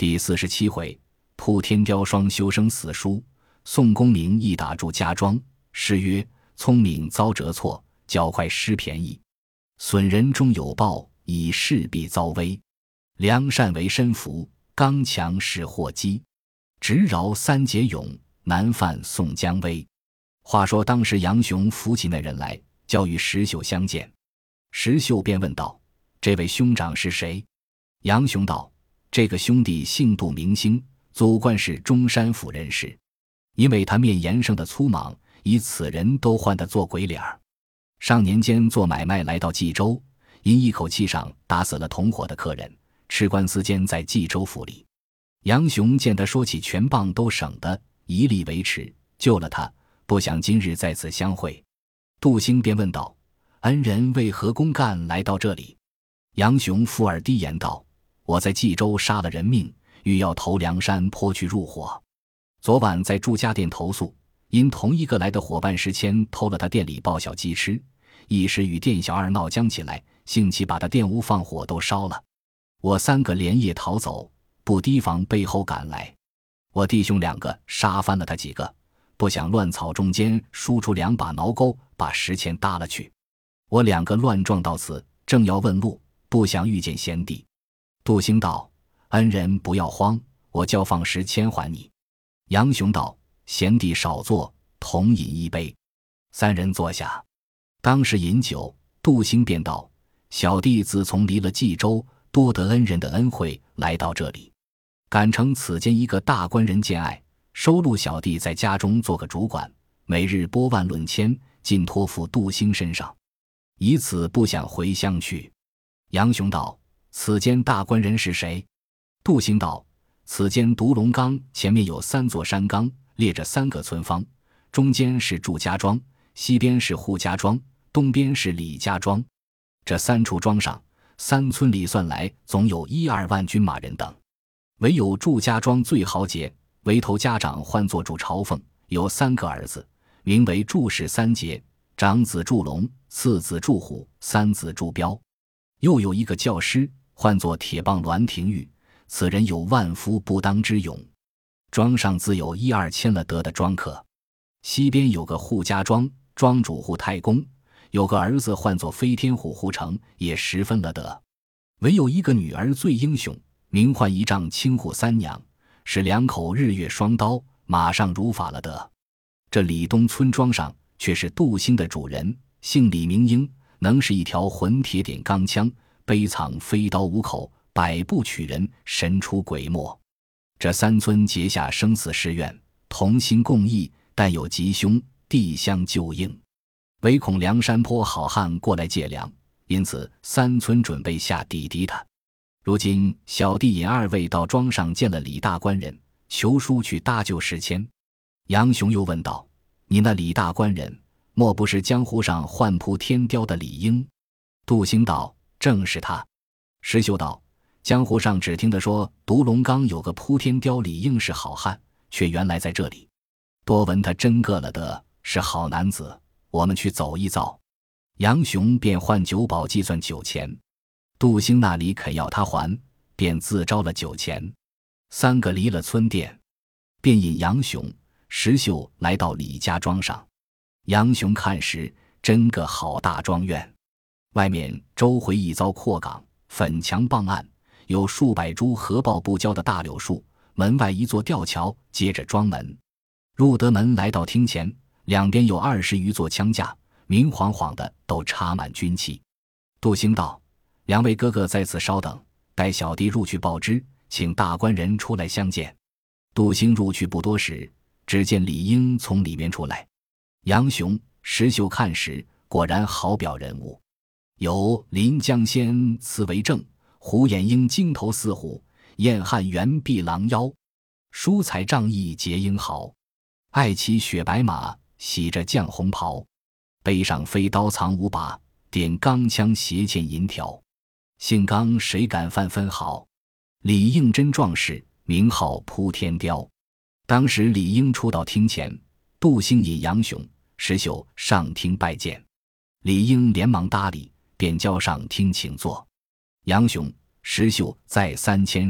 第47回，扑天雕双修生死书，宋公明一打祝家庄。诗曰：聪明遭折挫，较快失便宜。损人终有报，以势必遭危。良善为身服，刚强是祸机。直饶三节勇，难犯宋江威。话说当时杨雄扶起那人来，叫与石秀相见。石秀便问道：这位兄长是谁？杨雄道：这个兄弟姓杜名兴，祖贯是中山府人士。因为他面严生的粗莽，以此人都唤他做鬼脸儿。上年间做买卖来到冀州，因一口气上打死了同伙的客人，吃官司间在冀州府里。杨雄见他说起全棒都省得，一力维持，救了他，不想今日在此相会。杜兴便问道：恩人为何公干来到这里？杨雄附耳低言道：我在冀州杀了人命，欲要投梁山坡去入伙。昨晚在祝家店投宿，因同一个来的伙伴石谦偷了他店里爆小鸡吃，一时与店小二闹僵起来，兴起把他店屋放火都烧了。我三个连夜逃走，不提防背后赶来，我弟兄两个杀翻了他几个，不想乱草中间输出两把挠钩，把石谦搭了去。我两个乱撞到此，正要问路，不想遇见贤弟。杜兴道：恩人不要慌，我叫放石谦还你。杨雄道：贤弟少坐，同饮一杯。三人坐下，当时饮酒，杜兴便道：小弟自从离了冀州，多得恩人的恩惠，来到这里，感承此间一个大官人见爱，收录小弟在家中做个主管，每日拨万论千，尽托付杜兴身上，以此不想回乡去。杨雄道：此间大官人是谁？杜兴道：此间独龙岗前面有3座山岗，列着3个村坊，中间是祝家庄，西边是扈家庄，东边是李家庄。这3处庄上，3村里算来总有1-2万军马人等。唯有祝家庄最豪杰，为头家长唤作祝朝奉，有3个儿子，名为祝氏3杰，长子祝龙，次子祝虎，三子祝彪。又有一个教师，唤作铁棒栾廷玉，此人有万夫不当之勇。庄上自有1-2千了得的庄客。西边有个扈家庄，庄主扈太公，有个儿子唤作飞天虎扈成，也十分了得。唯有一个女儿最英雄，名唤一丈青扈三娘，是2口日月双刀，马上如法了得。这李东村庄上却是杜兴的主人，姓李名英，能是一条混铁点钢枪，背藏飞刀5口，100步取人，神出鬼没。这3村结下生死誓愿，同心共义，但有吉凶，地相救应，唯恐梁山坡好汉过来借粮，因此3村准备下抵敌他。如今小弟引2位到庄上见了李大官人，求书去搭救石谦。杨雄又问道：你那李大官人，莫不是江湖上唤扑天雕的李应？杜兴道：正是他。石秀道：江湖上只听得说独龙岗有个扑天雕李应是好汉，却原来在这里。多闻他真个了得，是好男子，我们去走一遭。杨雄便换酒保计算酒钱，杜兴那里肯要他还，便自招了酒钱。3个离了村店，便引杨雄、石秀来到李家庄上。杨雄看时，真个好大庄院，外面周回一遭阔岗，粉墙傍岸，有数百株合抱不交的大柳树，门外一座吊桥，接着庄门。入得门来到厅前，两边有20余座枪架，明晃晃的都插满军器。杜兴道：2位哥哥在此稍等，待小弟入去报知，请大官人出来相见。杜兴入去不多时，只见李应从里面出来。杨雄、石秀看时，果然好表人物，有临江仙慈为正，虎眼鹰睛头似虎，燕汉猿臂狼腰，疏彩仗义结英豪，爱骑雪白马，喜着绛红袍，背上飞刀藏5把，点钢枪斜嵌银条，姓刚谁敢犯分毫？李应真壮士，名号扑天雕。当时李应出到厅前，杜兴引杨雄、石秀上厅拜见。李应连忙搭理，便叫上厅请坐。杨雄、石秀再三谦让，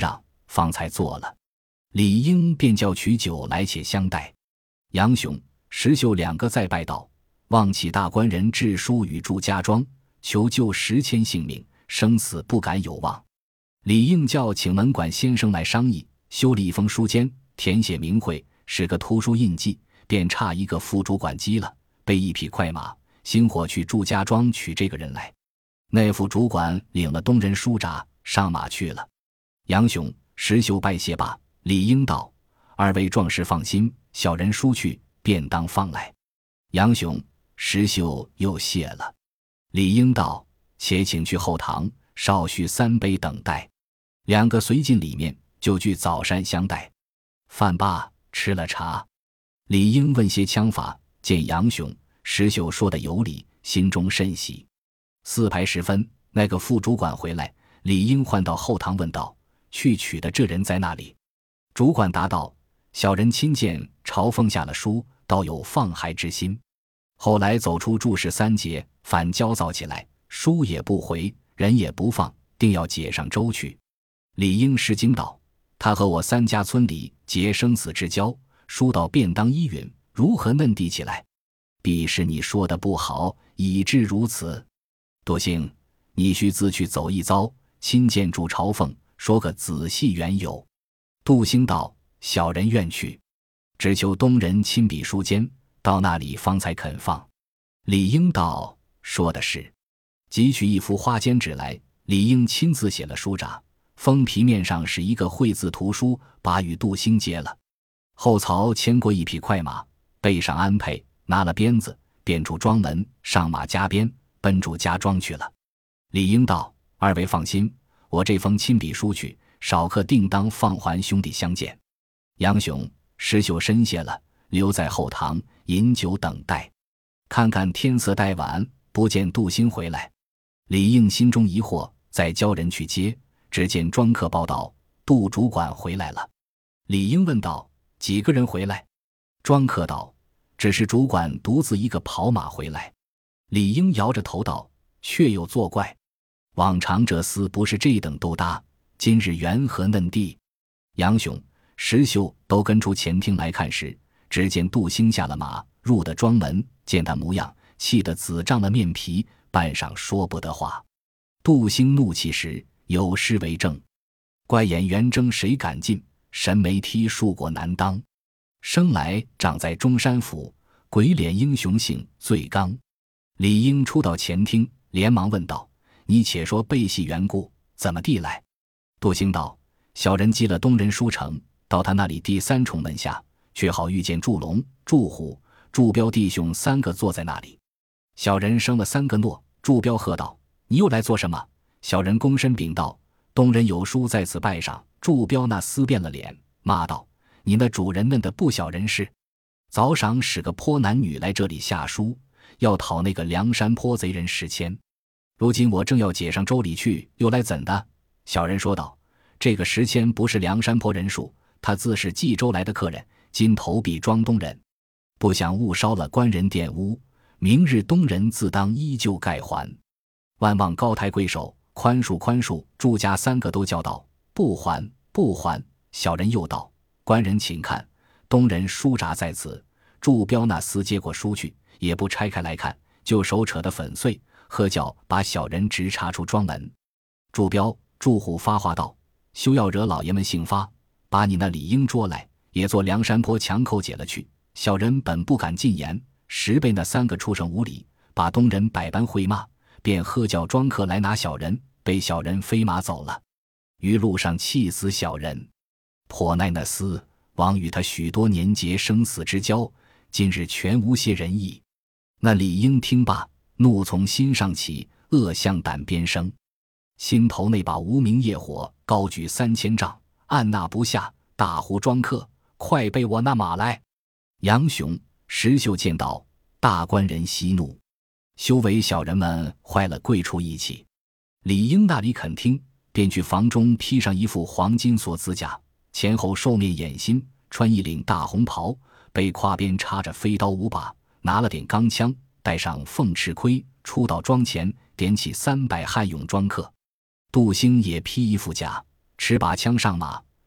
方才坐了。李应便叫取酒来且相待。杨雄、石秀两个再拜道：望启大官人致书与祝家庄，求救10千性命，生死不敢有望。李应叫请门管先生来商议，修了一封书笺，填写名讳，使个图书印记，便差一个副主管机了，备一匹快马，星火去祝家庄取这个人来。那副主管领了东人书札，上马去了。杨雄、石秀拜谢罢，李应道：二位壮士放心，小人书去，便当放来。杨雄、石秀又谢了。李应道：且请去后堂，少许3杯等待。两个随进里面，就具早膳相待。饭罢，吃了茶。李应问些枪法，见杨雄、石秀说的有理，心中甚喜。4排时分，那个副主管回来，李应唤到后堂问道：去取的这人在那里？主管答道：小人亲见朝奉下了书，倒有放孩之心。后来走出祝氏3节，反焦躁起来，书也不回，人也不放，定要解上州去。李应失惊道：他和我3家村里结生死之交，书到便当依允，如何嫩地起来？必是你说的不好，以致如此。多幸你须自去走一遭，亲见祝朝奉，说个仔细缘由。杜兴道：小人愿去，只求东人亲笔书笺，到那里方才肯放。李应道：说的是。即取一幅花笺纸来，李应亲自写了书札，封皮面上是一个绘字图书，把与杜兴接了。后曹牵过一匹快马，背上鞍辔，拿了鞭子，便出庄门，上马加鞭，奔祝家庄去了。李应道：二位放心，我这封亲笔书去，少刻定当放还兄弟相见。杨雄、石秀深谢了，留在后堂饮酒等待。看看天色待晚，不见杜兴回来。李应心中疑惑，再叫人去接，只见庄客报道：杜主管回来了。李应问道：几个人回来？庄客道：只是主管独自一个跑马回来。李应摇着头道：确有作怪，往常这厮不是这等斗搭，今日缘何嫩地？杨雄、石秀都跟出前厅来看时，只见杜兴下了马，入的庄门，见他模样，气得紫胀了面皮，半晌说不得话。杜兴怒气时，有诗为证：怪眼圆睁谁敢进，神眉踢树果难当。生来长在中山府，鬼脸英雄性最刚。李应出到前厅，连忙问道：你且说背戏缘故，怎么地来？杜兴道：小人积了东人书城，到他那里第3重门下，却好遇见祝龙、祝虎、祝彪弟兄3个坐在那里。小人生了3个诺。祝彪喝道：你又来做什么？小人躬身禀道：东人有书在此拜上。祝彪那撕变了脸，骂道：你那主人嫩的不小人事，早晌使个坡男女来这里下书，要讨那个梁山坡贼人10千。如今我正要解上州里去，又来怎的？小人说道：这个10千不是梁山坡人数，他自是冀州来的客人，今投币庄东人，不想误烧了官人店屋，明日东人自当依旧盖还。万望高抬贵手，宽恕宽恕。祝家3个都叫道：不还不还。小人又道：官人请看，东人书札在此。祝彪那厮接过书去，也不拆开来看，就手扯得粉碎，喝叫把小人直插出庄门。祝彪、祝虎发话道：休要惹老爷们兴发，把你那李应捉来，也做梁山坡强寇解了去。小人本不敢进言，实被那3个畜生无礼，把东人百般会骂，便喝叫庄客来拿小人，被小人飞马走了。于路上气死小人，颇耐那厮枉与他许多年结生死之交，今日全无些仁义。那李应听罢，怒从心上起，恶向胆边生，心头那把无名业火高举3000丈，按捺不下，大呼庄客：快备我那马来！杨雄、石秀见到大官人息怒，休为小人们坏了贵处义气。李应那里肯听，便去房中披上一副黄金锁子甲，前后兽面掩心，穿一领大红袍，背胯边插着飞刀5把，拿了点钢枪，带上凤翅盔，出到庄前，点起300悍勇庄客。杜兴也披一副甲，持把枪上马，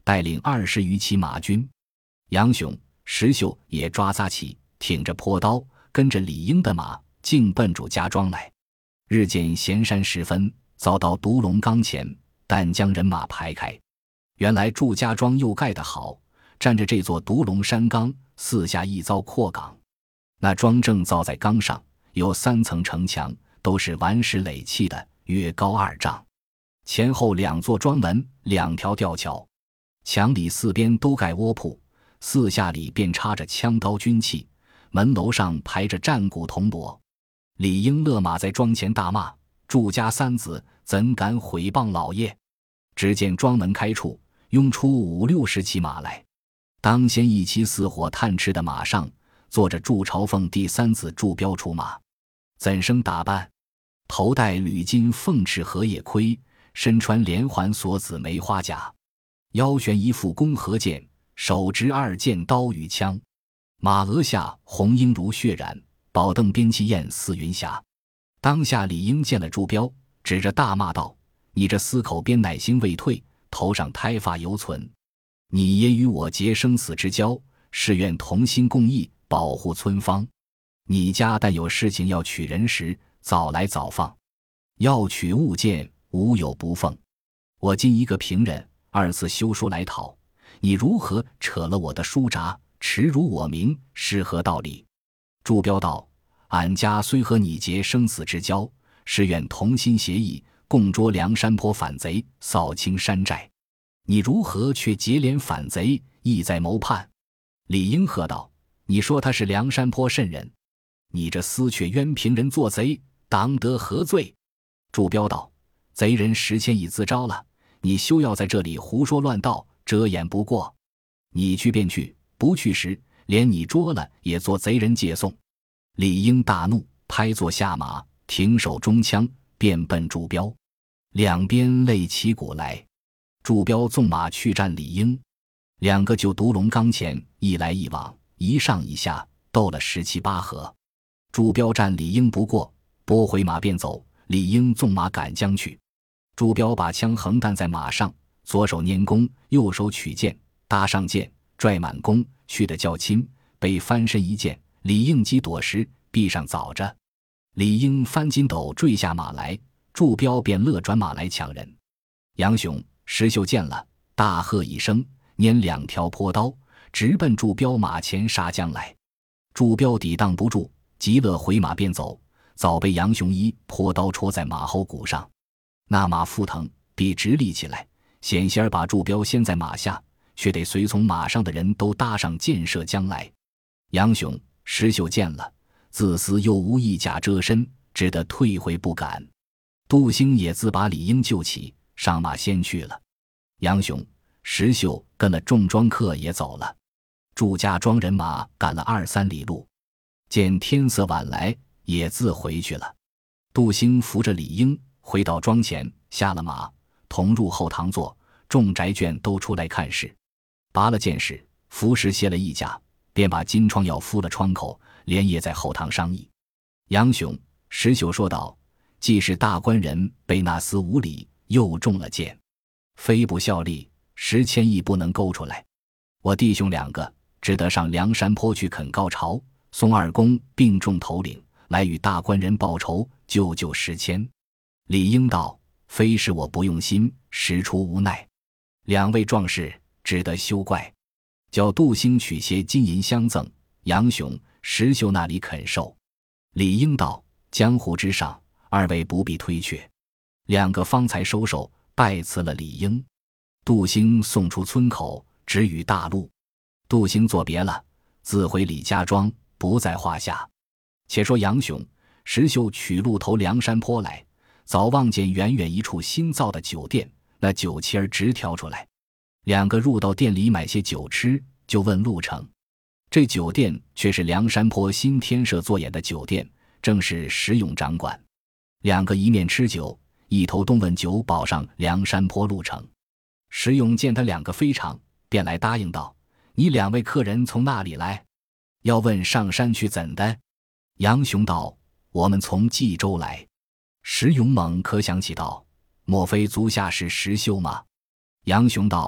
带领20余骑马军。杨雄、石秀也抓扎起，挺着坡刀，跟着李应的马径奔祝家庄来。日见闲山时分，遭到独龙冈前，但将人马排开。原来祝家庄又盖得好，占着这座独龙山冈，四下一遭阔岗。那庄正造在冈上，有3层城墙，都是顽石垒砌的，约高2丈。前后2座庄门，2条吊桥，墙里4边都盖窝铺，四下里便插着枪刀军器，门楼上排着战鼓铜锣。李应勒马在庄前大骂：祝家3子怎敢毁谤老爷！只见庄门开处，拥出50-60骑马来。当先一骑似火炭赤的马上，坐着祝朝凤第3子祝彪出马。怎生打扮？头戴铝金凤翅荷叶盔，身穿连环锁子梅花甲，腰悬一副弓和剑，手执2件刀与枪。马额下红缨如血染，宝凳边气焰似云霞。当下李应见了祝彪，指着大骂道：你这司口边乃心未退，头上胎发犹存。你爷与我结生死之交，是愿同心共义，保护村坊。你家但有事情要取人时，早来早放，要取物件，无有不奉。我今一个平人，2次修书来讨，你如何扯了我的书札，耻辱我名，是何道理？祝彪道：俺家虽和你结生死之交，是愿同心协议，共捉梁山坡反贼，扫清山寨。你如何却结连反贼，意在谋叛？李应喝道：你说他是梁山坡甚人？你这私却冤平人做贼，当得何罪？祝彪道：贼人10千已自招了，你休要在这里胡说乱道，遮掩不过。你去便去，不去时，连你捉了也做贼人借送。李应大怒，拍坐下马，停手中枪，便奔祝彪。两边擂起鼓来。祝彪纵马去战李应，2个就独龙冈前一来一往，一上一下，斗了17、8合。祝彪战李应不过，拨回马便走，李应纵马赶将去。祝彪把枪横担在马上，左手拈弓，右手取剑，搭上剑，拽满弓，去得较轻，被翻身一箭，李应急躲时，壁上早着。李应翻筋斗坠下马来，祝彪便勒转马来抢人。杨雄、石秀见了，大喝一声，拈2条坡刀，直奔祝彪马前杀将来。祝彪抵挡不住，急勒回马便走，早被杨雄一坡刀戳在马后骨上。那马腹疼，必直立起来，险些儿把祝彪掀在马下，却得随从马上的人都搭上箭射将来。杨雄、石秀见了，自私又无一甲遮身，只得退回不敢。杜兴也自把李应救起，上马先去了。杨雄、石秀跟了重装客也走了。祝家庄人马赶了2-3里路，见天色晚来，也自回去了。杜兴扶着李应回到庄前，下了马，同入后堂坐，众宅眷都出来看事。拔了剑矢，服食卸了衣甲，便把金疮药敷了窗口，连夜在后堂商议。杨雄、石秀说道：既是大官人被那厮无礼，又中了箭，非不效力，10千亦不能勾出来。我弟兄2个只得上梁山坡去恳告朝，宋二公并众头领来与大官人报仇，救10千。李应道：非是我不用心，实出无奈。2位壮士只得休怪，叫杜兴取些金银相赠，杨雄、石秀那里肯受。李应道：江湖之上，2位不必推却。2个方才收手，拜辞了李应。杜兴送出村口，直与大路。杜兴作别了，自回李家庄，不在话下。且说杨雄、石秀取路投梁山坡来，早望见远远一处新造的酒店，那酒旗儿直挑出来。2个入到店里买些酒吃，就问路程。这酒店却是梁山坡新天社做演的酒店，正是石勇掌管。2个一面吃酒，一头东问酒保上梁山坡路程。石勇见他2个非常，便来答应道：你2位客人从那里来？要问上山去怎的？杨雄道：我们从冀州来。石勇猛可想起道：莫非足下是石秀吗？杨雄道：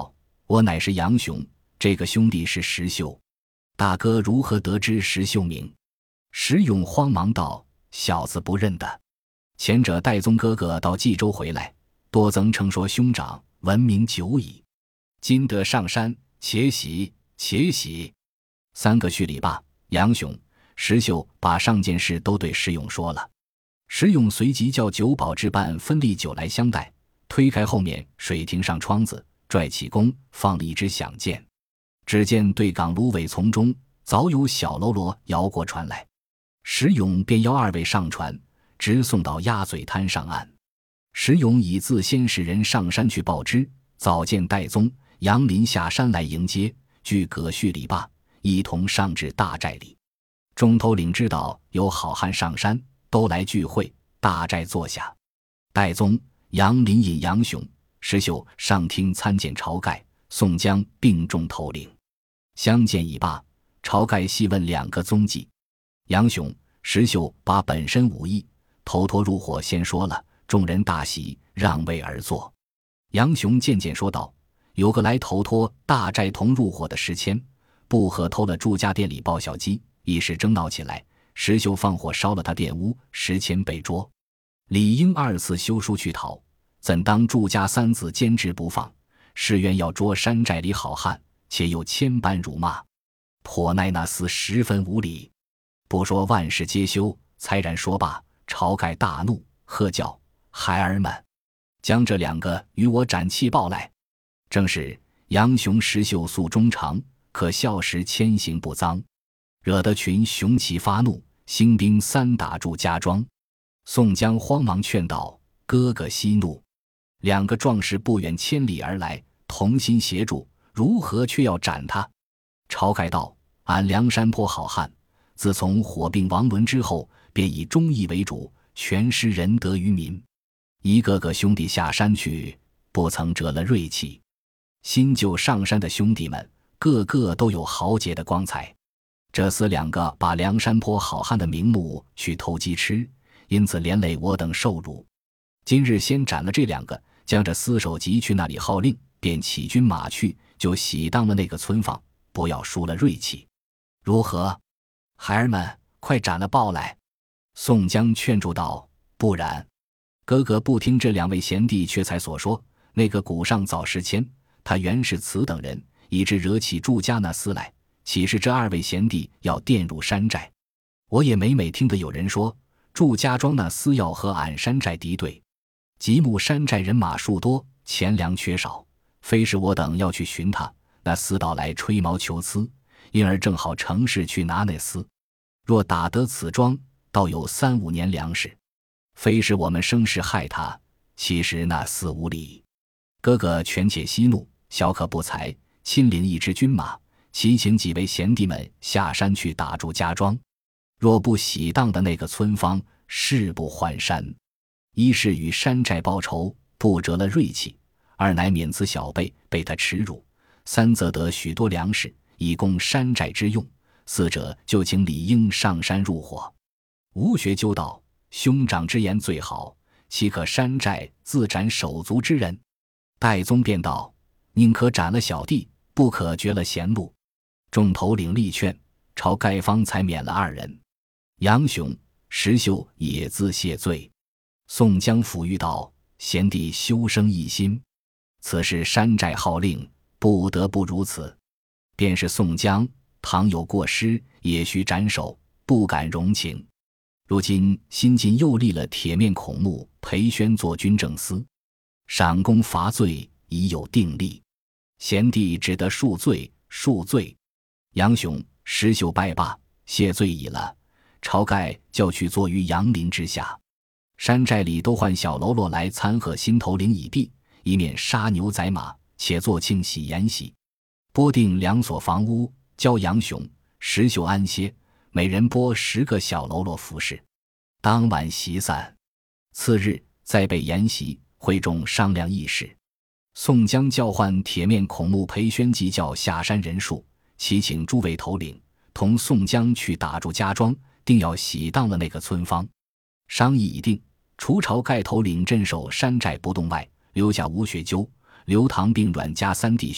我乃是杨雄，这个兄弟是石秀。大哥如何得知石秀名？石勇慌忙道：小子不认得。前者戴宗哥哥到冀州回来，多曾称说兄长闻名久矣，今得上山，且喜且喜。三个叙礼罢，杨雄、石秀把上件事都对石勇说了。石勇随即叫酒保置办分例酒来相待，推开后面水亭上窗子，拽起弓，放了一支响箭。只见对港芦苇丛中早有小喽啰摇过船来，石勇便邀二位上船，直送到鸭嘴滩上岸。石勇已自先使人上山去报知，早见戴宗、杨林下山来迎接，俱葛叙礼罢，一同上至大寨里。众头领知道有好汉上山，都来聚会，大寨坐下。戴宗、杨林引杨雄、石秀上厅参见晁盖、宋江并众头领。相见已罢，晁盖细问两个踪迹。杨雄、石秀把本身武艺、头陀入伙先说了，众人大喜，让位而坐。杨雄渐渐说道：有个来头陀大寨同入伙的石谦，不和偷了祝家店里抱小鸡，一时争闹起来，石秀放火烧了他店屋，石谦被捉。理应二次修书去讨，怎当祝家三子坚持不放，誓愿要捉山寨里好汉，且又千般辱骂，颇奈那厮十分无礼。不说万事皆休，才然说罢，晁盖大怒，喝叫：孩儿们，将这两个与我斩气报来。正是杨雄、石秀素忠长，可笑时谦行不脏，惹得群雄齐发怒，兴兵三打祝家庄。宋江慌忙劝道：哥哥息怒，两个壮士不远千里而来，同心协助，如何却要斩他？晁盖道：俺梁山泊好汉，自从火并王伦之后，便以忠义为主，全施仁德于民。一个个兄弟下山去，不曾折了锐气。新旧上山的兄弟们，个个都有豪杰的光彩。这厮两个把梁山泊好汉的名目去偷鸡吃，因此连累我等受辱。今日先斩了这两个，将这厮首级去那里号令，便起军马去，就喜当了那个村坊，不要输了锐气。如何？孩儿们，快斩了报来。宋江劝住道：不然，哥哥不听这两位贤弟却才所说，那个谷上早石谦，他原是此等人，以致惹起祝家那厮来，岂是这二位贤弟要垫入山寨？我也每每听得有人说，祝家庄那厮要和俺山寨敌对，吉木山寨人马数多，钱粮缺少，非是我等要去寻他，那厮倒来吹毛求疵，因而正好乘势去拿那厮。若打得此庄，倒有3-5年粮食。非是我们生事害他，其实那厮无礼。哥哥权且息怒，小可不才，亲领一支军马，齐请几位贤弟们下山去打祝家庄。若不喜当的那个村坊，誓不还山。一是与山寨报仇，不折了锐气；二乃免此小辈被他耻辱；三则得许多粮食，以供山寨之用；四者就请理应上山入伙。吴学究道：兄长之言最好，岂可山寨自斩手足之人？戴宗便道：宁可斩了小弟，不可绝了贤路。众头领力劝，晁盖方才免了二人。杨雄、石秀也自谢罪。宋江抚谕道：贤弟休生一心，此事山寨号令，不得不如此。便是宋江，倘有过失，也须斩首，不敢容情。如今新晋又立了铁面孔目裴宣做军政司，赏功罚罪已有定例，贤弟只得恕罪，恕罪。杨雄、石秀拜罢，谢罪已了。晁盖叫去坐于杨林之下，山寨里都唤小喽啰来参贺新头领已毕，以免杀牛宰马，且做庆喜筵席。拨定2所房屋，教杨雄、石秀安歇，每人拨10个小喽啰服侍。当晚席散，次日再备筵席，会众商量议事。宋江叫唤铁面孔目裴宣计较下山人数，齐请诸位头领同宋江去打祝家庄，定要喜当了那个村坊。商议已定，除晁盖头领镇守山寨不动外，留下吴学究、刘唐并阮家3弟兄，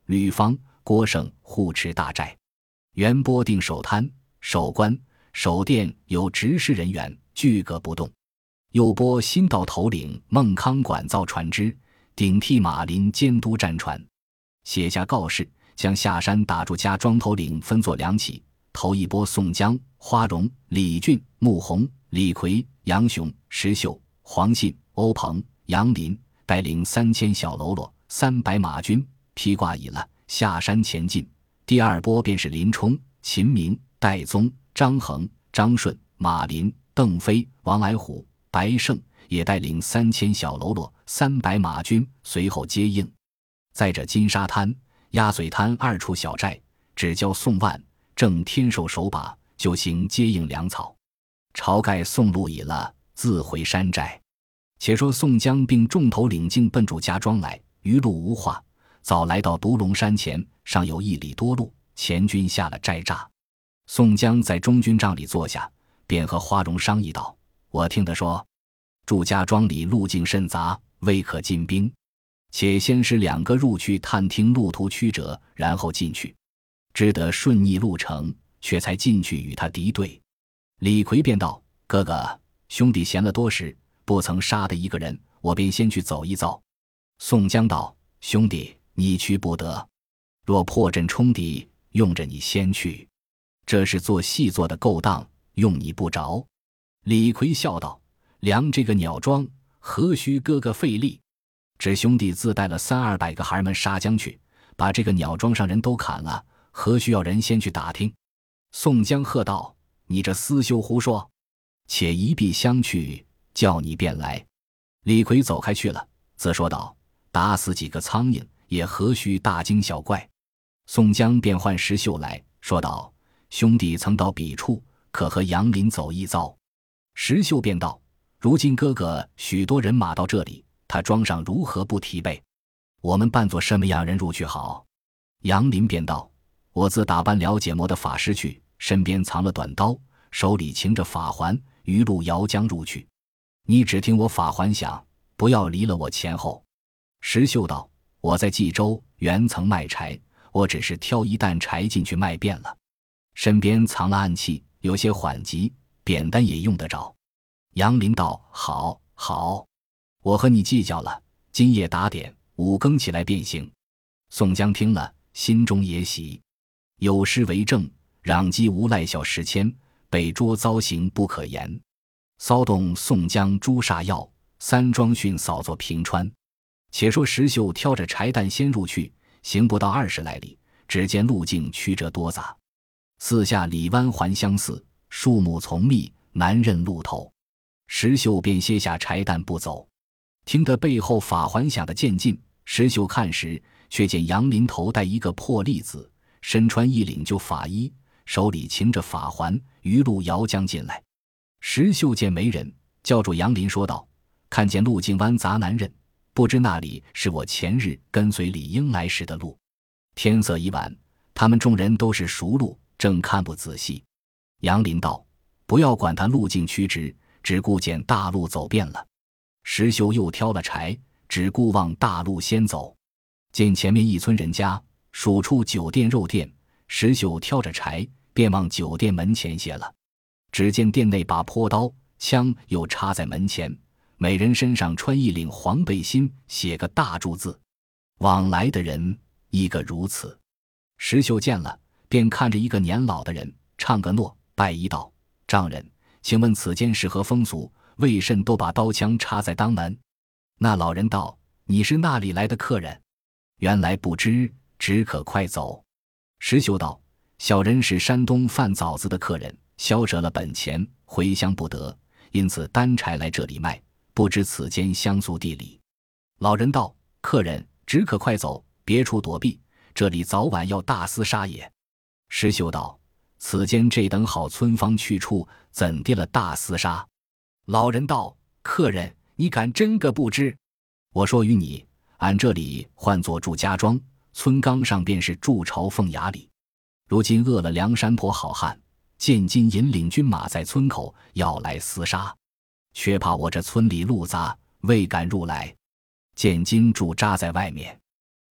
吕方、郭盛护持大寨。元波定守滩、守关、守殿有执事人员，俱各不动。又拨新道头领孟康管造船只，顶替马林监督战船。写下告示，将下山打住家庄头领分作2起，头一拨宋江、花荣、李俊、穆弘、李逵、杨雄、石秀、黄信、欧鹏、杨林，带领3000小喽啰、300马军，披挂已了，下山前进。第二波便是林冲、秦明、戴宗、张衡、张顺、马林、邓飞、王矮虎、白胜，也带领3000小喽啰、300马军随后接应。在这金沙滩、鸭嘴滩2处小寨，只教宋万、郑天寿守把，就行接应粮草。晁盖送路已了，自回山寨。且说宋江并众头领径奔祝家庄来，余路无话，早来到独龙山前，尚有1里多路，前军下了寨栅。宋江在中军帐里坐下，便和花荣商议道：我听得说，祝家庄里路径甚杂，未可进兵，且先使2个入去探听路途曲折，然后进去，知得顺逆路程，却才进去与他敌对。李逵便道：哥哥，兄弟闲了多时，不曾杀的一个人，我便先去走一遭。宋江道：兄弟，你去不得，若破阵冲敌，用着你先去，这是做戏做的勾当，用你不着。李逵笑道：量这个鸟庄，何须哥哥费力？只兄弟自带了300-200个孩儿们杀将去，把这个鸟庄上人都砍了，何须要人先去打听？宋江喝道：你这厮休胡说，且一臂相去，叫你便来。李逵走开去了，自说道：打死几个苍蝇，也何须大惊小怪。宋江便唤石秀来说道：兄弟曾到彼处，可和杨林走一遭？石秀便道：如今哥哥许多人马到这里，他庄上如何不提备？我们扮作什么样人入去好？杨林便道：我自打扮了解魔的法师去，身边藏了短刀，手里擎着法环，余路摇将入去。你只听我法环响，不要离了我前后。石秀道：我在冀州原曾卖柴，我只是挑一担柴进去卖遍了，身边藏了暗器，有些缓急，扁担也用得着。杨林道：好，好，我和你计较了，今夜打点，5更起来便行。宋江听了，心中也喜，有诗为证：攘鸡无赖小10千，北捉遭刑不可言。骚动宋江诛杀药，3庄训扫作平川。且说石秀挑着柴担先入去，行不到20来里，只见路径曲折多杂，四下里弯环相似，树木丛密，难认路头。石秀便歇下柴担不走，听得背后法环响的渐近，石秀看时，却见杨林头戴一个破笠子，身穿一领旧法衣，手里擎着法环，余路摇将进来。石秀见没人，叫住杨林说道：看见路径弯杂难认，不知那里是我前日跟随李应来时的路。天色已晚，他们众人都是熟路，正看不仔细。杨林道：不要管他路径曲直，只顾捡大路走遍了。石秀又挑了柴，只顾往大路先走。见前面一村人家，数处酒店肉店，石秀挑着柴，便往酒店门前歇了。只见店内把坡刀、枪又插在门前，每人身上穿一领黄背心，写个大柱字。往来的人一个如此。石秀见了，便看着一个年老的人，唱个诺，拜一道：丈人，请问此间是何风俗？为甚都把刀枪插在当门？那老人道：你是那里来的客人？原来不知，只可快走。石秀道：小人是山东贩枣子的客人，消折了本钱，回乡不得，因此担柴来这里卖，不知此间乡俗地理。老人道：客人只可快走，别处躲避，这里早晚要大厮杀也。石秀道：此间这等好村坊去处，怎地了大厮杀？老人道：客人，你敢真个不知？我说与你，俺这里唤作祝家庄，村纲上便是筑巢凤崖里。如今饿了梁山泊好汉，现今引领军马在村口，要来厮杀，却怕我这村里路杂，未敢入来，现今驻扎在外面。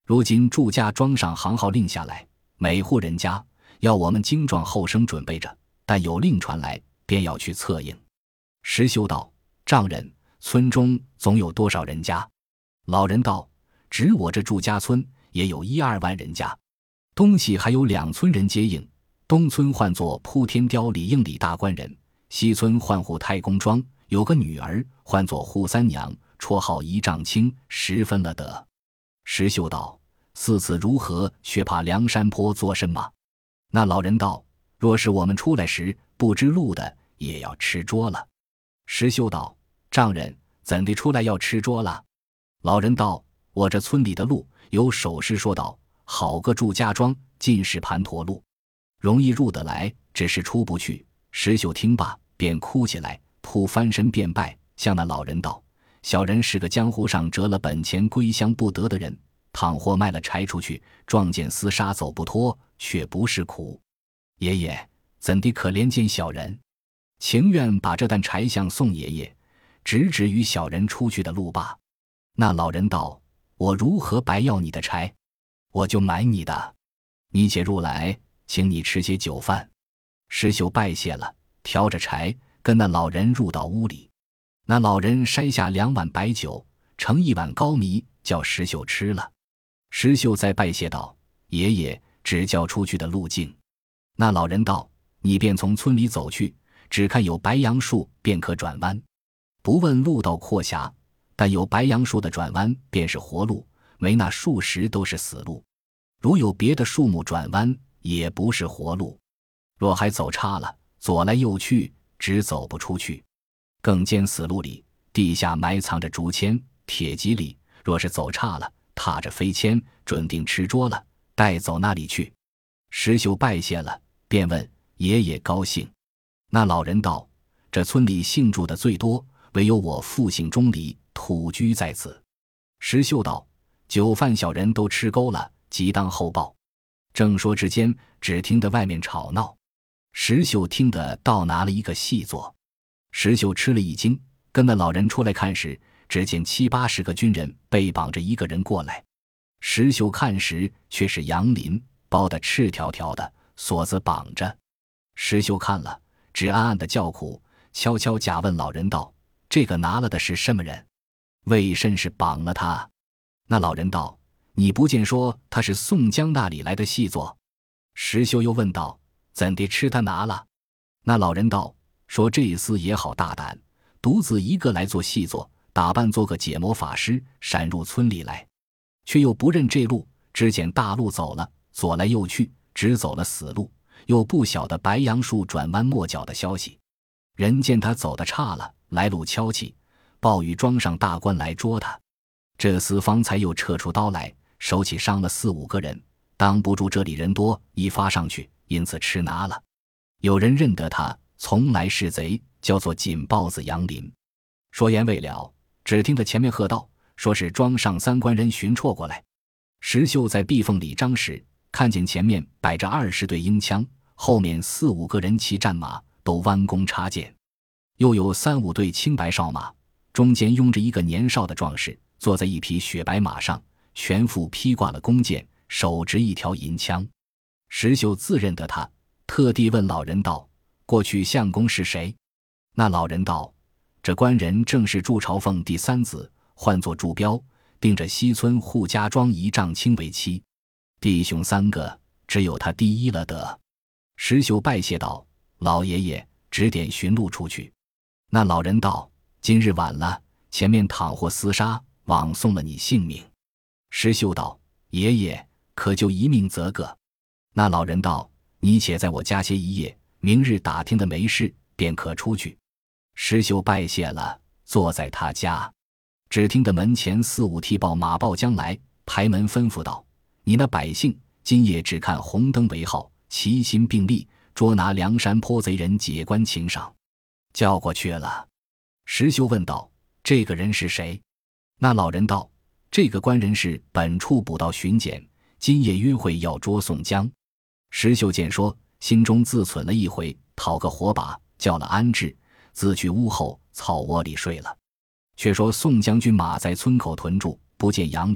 如今祝家庄上行号令下来，每户人家要我们精壮后生准备着，但有令传来，便要去策应。石秀道：丈人，村中总有多少人家？老人道：只我这祝家村也有1-2万人家，东西还有2村人接应。东村唤作扑天雕李应李大官人，西村唤户太公庄，有个女儿唤作扈三娘，绰号一丈青，十分了得。石秀道：4次如何，却怕梁山坡做甚么？那老人道：若是我们出来时不知路的，也要吃捉了。石秀道：丈人怎地出来要吃捉了？老人道：我这村里的路有首诗说道：好个祝家庄，尽是盘陀路，容易入得来，只是出不去。石秀听罢便哭起来，扑翻身便拜，向那老人道：小人是个江湖上折了本钱归乡不得的人，倘或卖了柴出去，撞见厮杀走不脱，却不是苦。爷爷怎地可怜见小人？情愿把这担柴项送爷爷，直指与小人出去的路罢。那老人道：我如何白要你的柴？我就买你的。你且入来，请你吃些酒饭。石秀拜谢了，挑着柴跟那老人入到屋里。那老人筛下2碗白酒，盛1碗高米，叫石秀吃了。石秀再拜谢道：爷爷指教出去的路径。那老人道：你便从村里走去，只看有白杨树便可转弯，不问路道阔狭，但有白杨树的转弯便是活路，没那树石都是死路。如有别的树木转弯，也不是活路。若还走差了，左来右去，只走不出去。更兼死路里，地下埋藏着竹签、铁蒺藜，若是走差了，踏着飞签，准定吃捉了，带走那里去。石秀拜谢了，便问爷爷高兴。那老人道：这村里姓祝的最多，唯有我父姓钟离，土居在此。石秀道：酒饭小人都吃够了，即当后报。正说之间，只听得外面吵闹。石秀听得倒拿了一个细作。石秀吃了一惊，跟那老人出来看时，只见70-80个军人背绑着一个人过来。石秀看时，却是杨林，包得赤条条的，锁子绑着。石秀看了，只暗暗的叫苦，悄悄假问老人道：这个拿了的是什么人？为甚是绑了他？那老人道：你不见说他是宋江那里来的细作？石秀又问道：怎地吃他拿了？那老人道：说这厮也好大胆，独自一个来做细作，打扮做个解魔法师，闪入村里来，却又不认这路，只捡大路走了，左来右去，只走了死路，又不晓得白杨树转弯抹角的消息。人见他走得差了，来路敲起，报与庄上大官来捉他。这厮方才又撤出刀来，手起伤了4-5个人，当不住这里人多，一发上去，因此吃拿了。有人认得他，从来是贼，叫做锦豹子杨林。说言未了，只听得前面喝道：说是庄上3官人巡绰过来。石秀在壁缝里张时，看见前面摆着20对鹰枪，后面4-5个人骑战马，都弯弓插箭，又有3-5对青白哨马，中间拥着一个年少的壮士，坐在一匹雪白马上，全副披挂了弓箭，手执一条银枪。石秀自认得他，特地问老人道：过去相公是谁？那老人道：这官人正是祝朝凤第3子，唤作祝彪，定着西村扈家庄一丈青为妻，弟兄3个，只有他第一了得。石秀拜谢道：老爷爷指点寻路出去。那老人道：今日晚了，前面倘或厮杀，枉送了你性命。石秀道：爷爷可就一命则个。那老人道：你且在我家歇一夜，明日打听的没事，便可出去。石秀拜谢了，坐在他家。只听得门前4-5提报马报将来，排门吩咐道：你那百姓今夜只看红灯为号，齐心并力，捉拿梁山坡贼人，解官请赏。叫过去了。石秀问道：这个人是谁？那老人道：这个官人是本处捕到巡检，今夜约会要捉宋江。石秀见说，心中自忖了一回，讨个火把，叫了安置，自去屋后草窝里睡了。却说宋将军马在村口屯住，不见杨林，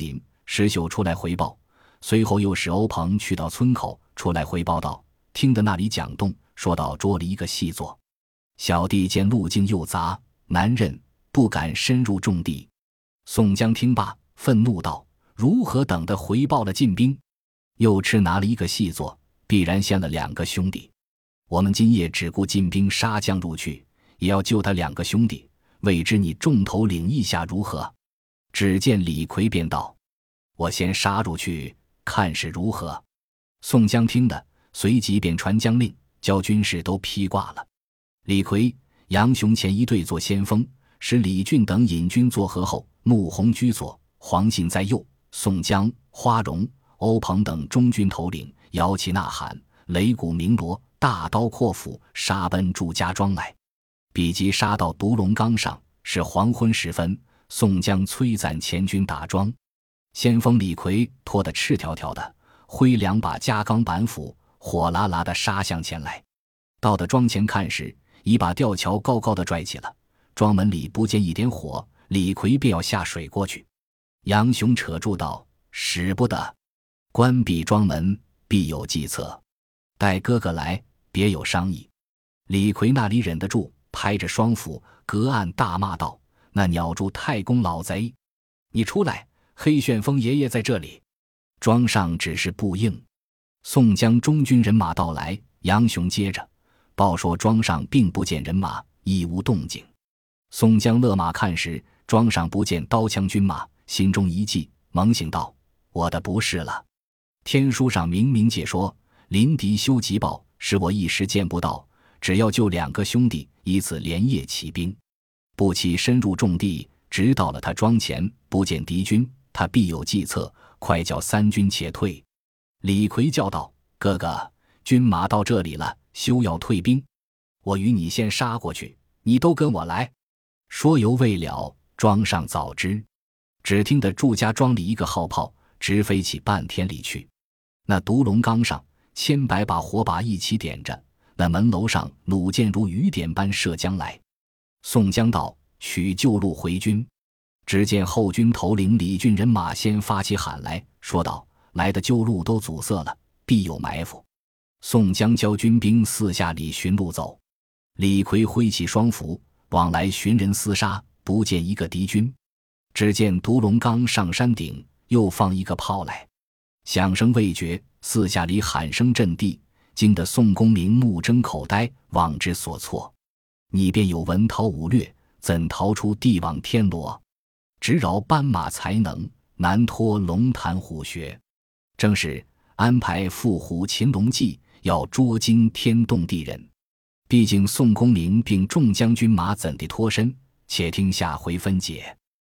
石秀出来回报，随后又使欧鹏去到村口出来回报道，听得那里讲动，说到捉了一个细作。小弟见路径又杂难认，不敢深入重地。宋江听罢，愤怒道：如何等的回报了进兵？又吃拿了一个细作，必然陷了2个兄弟。我们今夜只顾进兵杀将入去，也要救他2个兄弟，未知你重头领一下如何？只见李逵便道：我先杀入去，看是如何。宋江听的，随即便传将令，叫军士都披挂了。李逵、杨雄前一队做先锋，使李俊等引军作合后，穆弘居左，黄信在右，宋江、花荣、欧鹏等中军头领摇旗呐喊，擂鼓鸣锣，大刀阔斧，杀奔祝家庄来。比及杀到独龙冈上，是黄昏时分，宋江催暂前军打庄。先锋李逵拖得赤条条的，挥2把夹钢板斧，火辣辣的杀向前来。到的庄前看时，已把吊桥高高的拽起了，庄门里不见一点火，李逵便要下水过去。杨雄扯住道：使不得，关闭庄门，必有计策，待哥哥来，别有商议。李逵那里忍得住，拍着双斧，隔岸大骂道：那鸟住太公老贼，你出来，黑旋风爷爷在这里。庄上只是不应。宋江中军人马到来，杨雄接着报说庄上并不见人马，亦无动静。宋江勒马看时，庄上不见刀枪军马，心中一悸，猛醒道：我的不是了。天书上明明解说，临敌修急报，使我一时见不到，只要救2个兄弟，以此连夜起兵。不期深入重地，直到了他庄前，不见敌军，他必有计策，快叫3军且退。李逵叫道：哥哥，军马到这里了，休要退兵，我与你先杀过去，你都跟我来。说犹未了，庄上早知，只听得祝家庄里一个号炮直飞起半天里去。那独龙冈上千百把火把一起点着，那门楼上弩箭如雨点般射将来。宋江道：取旧路回军。只见后军头领李俊人马先发起喊来，说道：来的旧路都阻塞了，必有埋伏。宋江教军兵四下里寻路走。李逵挥起双斧，往来寻人厮杀，不见一个敌军。只见独龙冈上山顶又放一个炮来，响声未绝，四下里喊声震地，惊得宋公明目睁口呆，望之所措。你便有文韬武略，怎逃出帝王天罗？直饶斑马才能，难脱龙潭虎穴。正是安排伏虎擒龙计，要捉惊天动地人。毕竟宋公明并众将军马怎地脱身？且听下回分解。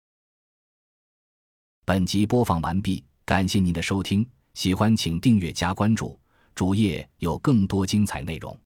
本集播放完毕，感谢您的收听，喜欢请订阅加关注，主页有更多精彩内容。